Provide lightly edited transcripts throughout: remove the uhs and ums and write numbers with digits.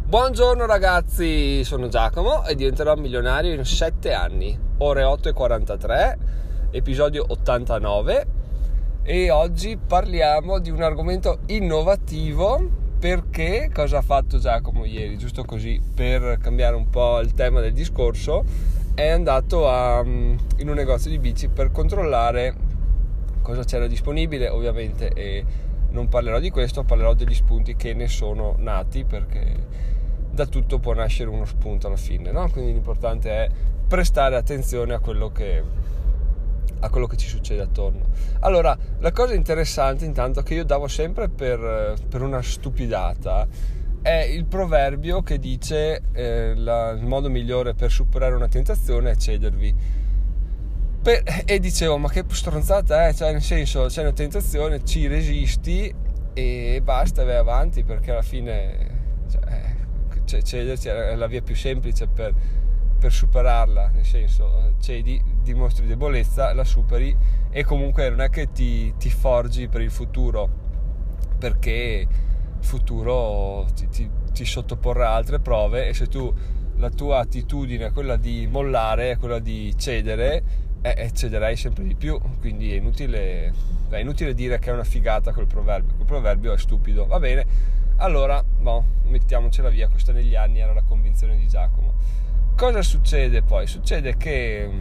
Buongiorno ragazzi, sono Giacomo e diventerò milionario in 7 anni. Ore 8:43, episodio 89, e oggi parliamo di un argomento innovativo. Perché cosa ha fatto Giacomo ieri? Giusto così, per cambiare un po' il tema del discorso, è andato in un negozio di bici per controllare cosa c'era disponibile, ovviamente, e non parlerò di questo, parlerò degli spunti che ne sono nati, perché da tutto può nascere uno spunto alla fine, no? Quindi l'importante è prestare attenzione a quello che ci succede attorno. Allora, la cosa interessante intanto che io davo sempre per una stupidata è il proverbio che dice il modo migliore per superare una tentazione è cedervi. E dicevo, ma che stronzata è? Cioè, nel senso, c'è una tentazione, ci resisti e basta, vai avanti, perché alla fine cederci è la via più semplice per superarla. Nel senso, cedi, dimostri debolezza, la superi e comunque non è che ti forgi per il futuro, perché il futuro ti sottoporrà altre prove, e se tu la tua attitudine è quella di mollare, è quella di cedere, cederai sempre di più. Quindi è inutile dire che è una figata quel proverbio è stupido. Va bene, allora mettiamocela via, questa negli anni era la convinzione di Giacomo. Cosa succede poi? Succede che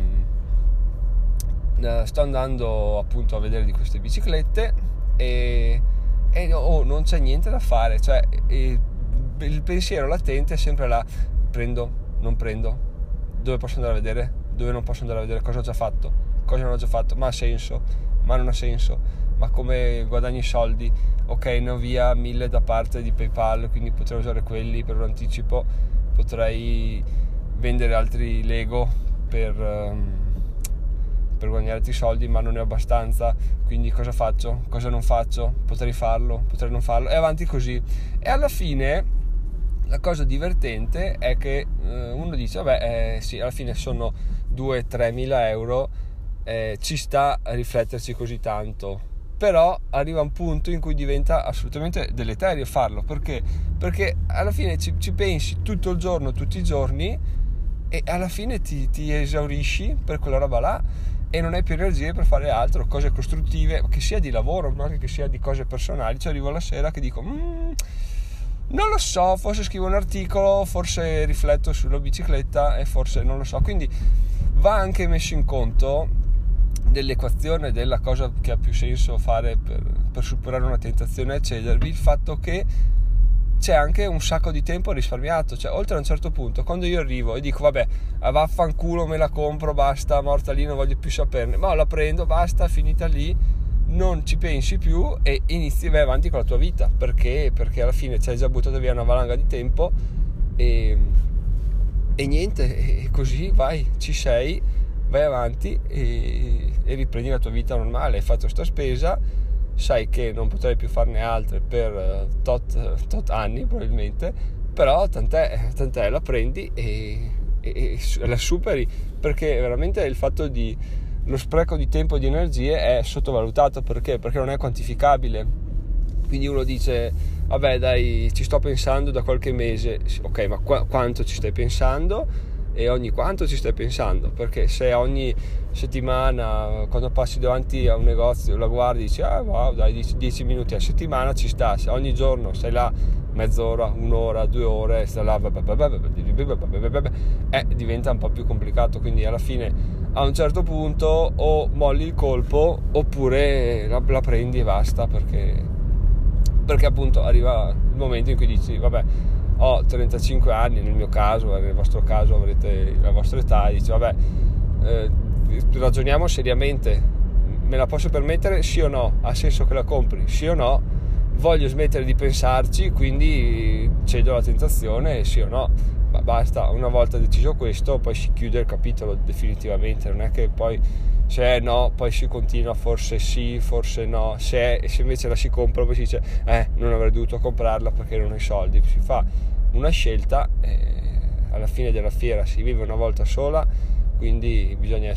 sto andando appunto a vedere di queste biciclette e non c'è niente da fare, cioè il pensiero latente è sempre là: prendo, non prendo, dove posso andare a vedere, dove non posso andare a vedere, cosa ho già fatto, cosa non ho già fatto, ma ha senso, ma non ha senso, ma come guadagni i soldi? Ok, ne ho via 1000 da parte di PayPal, quindi potrei usare quelli per un anticipo, potrei vendere altri Lego per guadagnare altri soldi, ma non ne ho abbastanza, quindi cosa faccio? Cosa non faccio? Potrei farlo, potrei non farlo, e avanti così. E alla fine la cosa divertente è che uno dice sì, alla fine sono 2-3 mila euro, ci sta a rifletterci così tanto. Però arriva un punto in cui diventa assolutamente deleterio farlo, perché alla fine ci pensi tutto il giorno, tutti i giorni, e alla fine ti esaurisci per quella roba là e non hai più energie per fare altro, cose costruttive, che sia di lavoro ma anche che sia di cose personali. Cioè arrivo la sera che dico non lo so, forse scrivo un articolo, forse rifletto sulla bicicletta, e forse non lo so. Quindi va anche messo in conto dell'equazione della cosa che ha più senso fare per superare una tentazione e cedervi, il fatto che c'è anche un sacco di tempo risparmiato. Cioè, oltre a un certo punto, quando io arrivo e dico vaffanculo, me la compro, basta, morta lì, non voglio più saperne, ma la prendo, basta, finita lì, non ci pensi più e inizi, vai avanti con la tua vita, perché alla fine ci hai già buttato via una valanga di tempo e niente, e così ci sei, vai avanti e riprendi la tua vita normale. Hai fatto sta spesa, sai che non potrai più farne altre per tot anni probabilmente, però tant'è, la prendi e la superi, perché veramente il fatto di lo spreco di tempo e di energie è sottovalutato. Perché non è quantificabile. Quindi uno dice dai, ci sto pensando da qualche mese. Ok, ma quanto ci stai pensando? E ogni quanto ci stai pensando? Perché se ogni settimana, quando passi davanti a un negozio, la guardi e dici wow, dai, 10 minuti a settimana ci sta. Se ogni giorno stai là mezz'ora, un'ora, 2 ore, stai là diventa un po' più complicato. Quindi alla fine, a un certo punto, o molli il colpo oppure la prendi e basta, perché appunto arriva il momento in cui dici ho 35 anni, nel mio caso, nel vostro caso avrete la vostra età, e dici ragioniamo seriamente, me la posso permettere, sì o no? Ha senso che la compri, sì o no? Voglio smettere di pensarci, quindi cedo alla tentazione, sì o no? Ma basta, una volta deciso questo, poi si chiude il capitolo definitivamente. Non è che poi se è no, poi si continua, forse sì, forse no, se invece la si compra, poi si dice non avrei dovuto comprarla perché non ho i soldi. Si fa una scelta, alla fine della fiera si vive una volta sola, quindi bisogna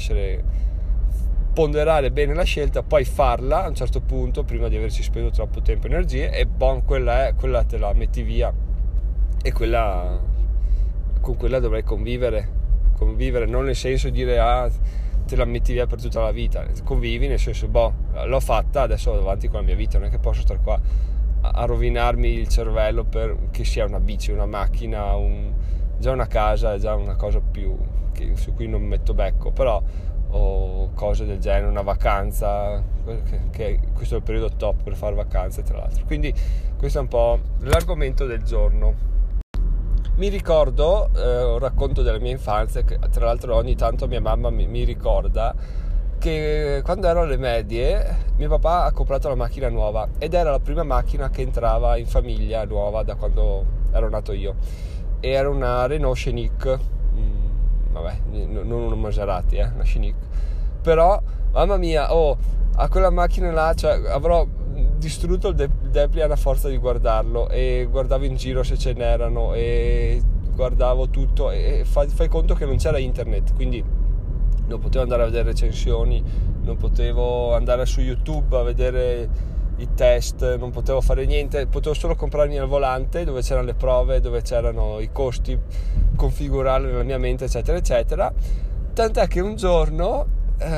ponderare bene la scelta, poi farla a un certo punto prima di averci speso troppo tempo e energie, e quella te la metti via e con quella dovrei convivere, non nel senso di dire te la metti via per tutta la vita, convivi nel senso l'ho fatta, adesso vado avanti con la mia vita, non è che posso stare qua a rovinarmi il cervello per che sia una bici, una macchina, già una casa è già una cosa più su cui non metto becco, però o cose del genere, una vacanza, che questo è il periodo top per fare vacanze tra l'altro. Quindi questo è un po' l'argomento del giorno. Mi ricordo un racconto della mia infanzia, che tra l'altro ogni tanto mia mamma mi ricorda che quando ero alle medie mio papà ha comprato la macchina nuova ed era la prima macchina che entrava in famiglia nuova da quando ero nato io, e era una Renault Scenic, non una Maserati, una Scenic, però mamma mia, a quella macchina là, cioè, avrò distrutto il Depliant a forza di guardarlo, e guardavo in giro se ce n'erano e guardavo tutto, e fai conto che non c'era internet, quindi non potevo andare a vedere recensioni, non potevo andare su YouTube a vedere i test, non potevo fare niente, potevo solo comprarmi il volante dove c'erano le prove, dove c'erano i costi, configurarli nella mia mente, eccetera eccetera, tant'è che un giorno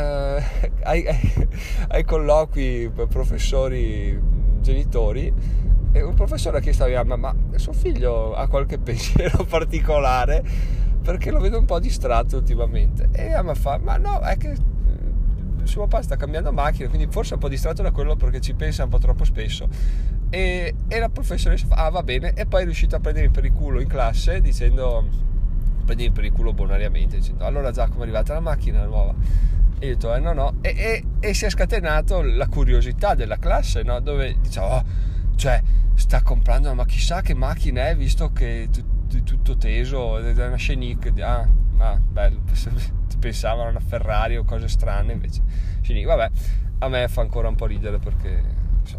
ai colloqui professori genitori, e un professore ha chiesto a mia mamma: ma suo figlio ha qualche pensiero particolare, perché lo vedo un po' distratto ultimamente? E mia mamma fa: ma no, è che suo papà sta cambiando macchina, quindi forse è un po' distratto da quello perché ci pensa un po' troppo spesso. E la professoressa fa: va bene. E poi è riuscita a prendermi per il culo in classe, prendermi per il culo bonariamente, dicendo: allora Giacomo, è arrivata la macchina nuova? E io ho detto: no. E si è scatenato la curiosità della classe, no? Dove diciamo: cioè, sta comprando ma chissà che macchina è, visto che è tutto teso, è una Scenic. Bello, pensavano a una Ferrari o cose strane, invece Scenic. Vabbè, a me fa ancora un po' ridere perché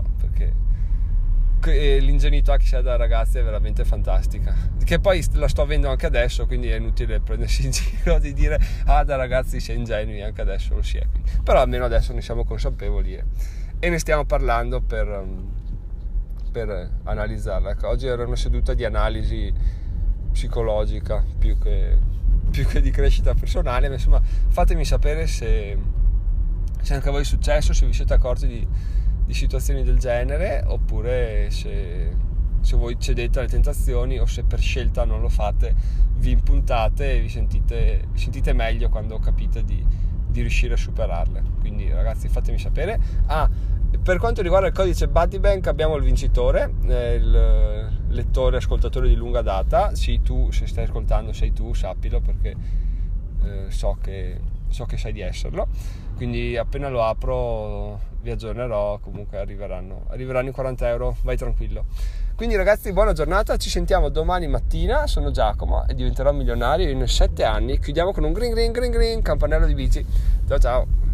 l'ingenuità che c'è da ragazzi è veramente fantastica, che poi la sto avendo anche adesso, quindi è inutile prendersi in giro di dire da ragazzi si è ingenui, anche adesso lo si è, però almeno adesso ne siamo consapevoli e ne stiamo parlando per analizzarla. Ecco, oggi era una seduta di analisi psicologica più che di crescita personale, ma insomma fatemi sapere se anche a voi è successo, se vi siete accorti di situazioni del genere, oppure se voi cedete alle tentazioni, o se per scelta non lo fate, vi impuntate e vi sentite meglio quando capite di riuscire a superarle. Quindi ragazzi, fatemi sapere. Per quanto riguarda il codice Buddybank, abbiamo il vincitore, il lettore ascoltatore di lunga data. Sì, tu, se stai ascoltando, sei tu, sappilo, perché so che sai di esserlo. Quindi appena lo apro vi aggiornerò, comunque arriveranno i 40 euro, vai tranquillo. Quindi ragazzi, buona giornata, ci sentiamo domani mattina. Sono Giacomo e diventerò milionario in 7 anni. Chiudiamo con un green green green green campanello di bici. Ciao ciao.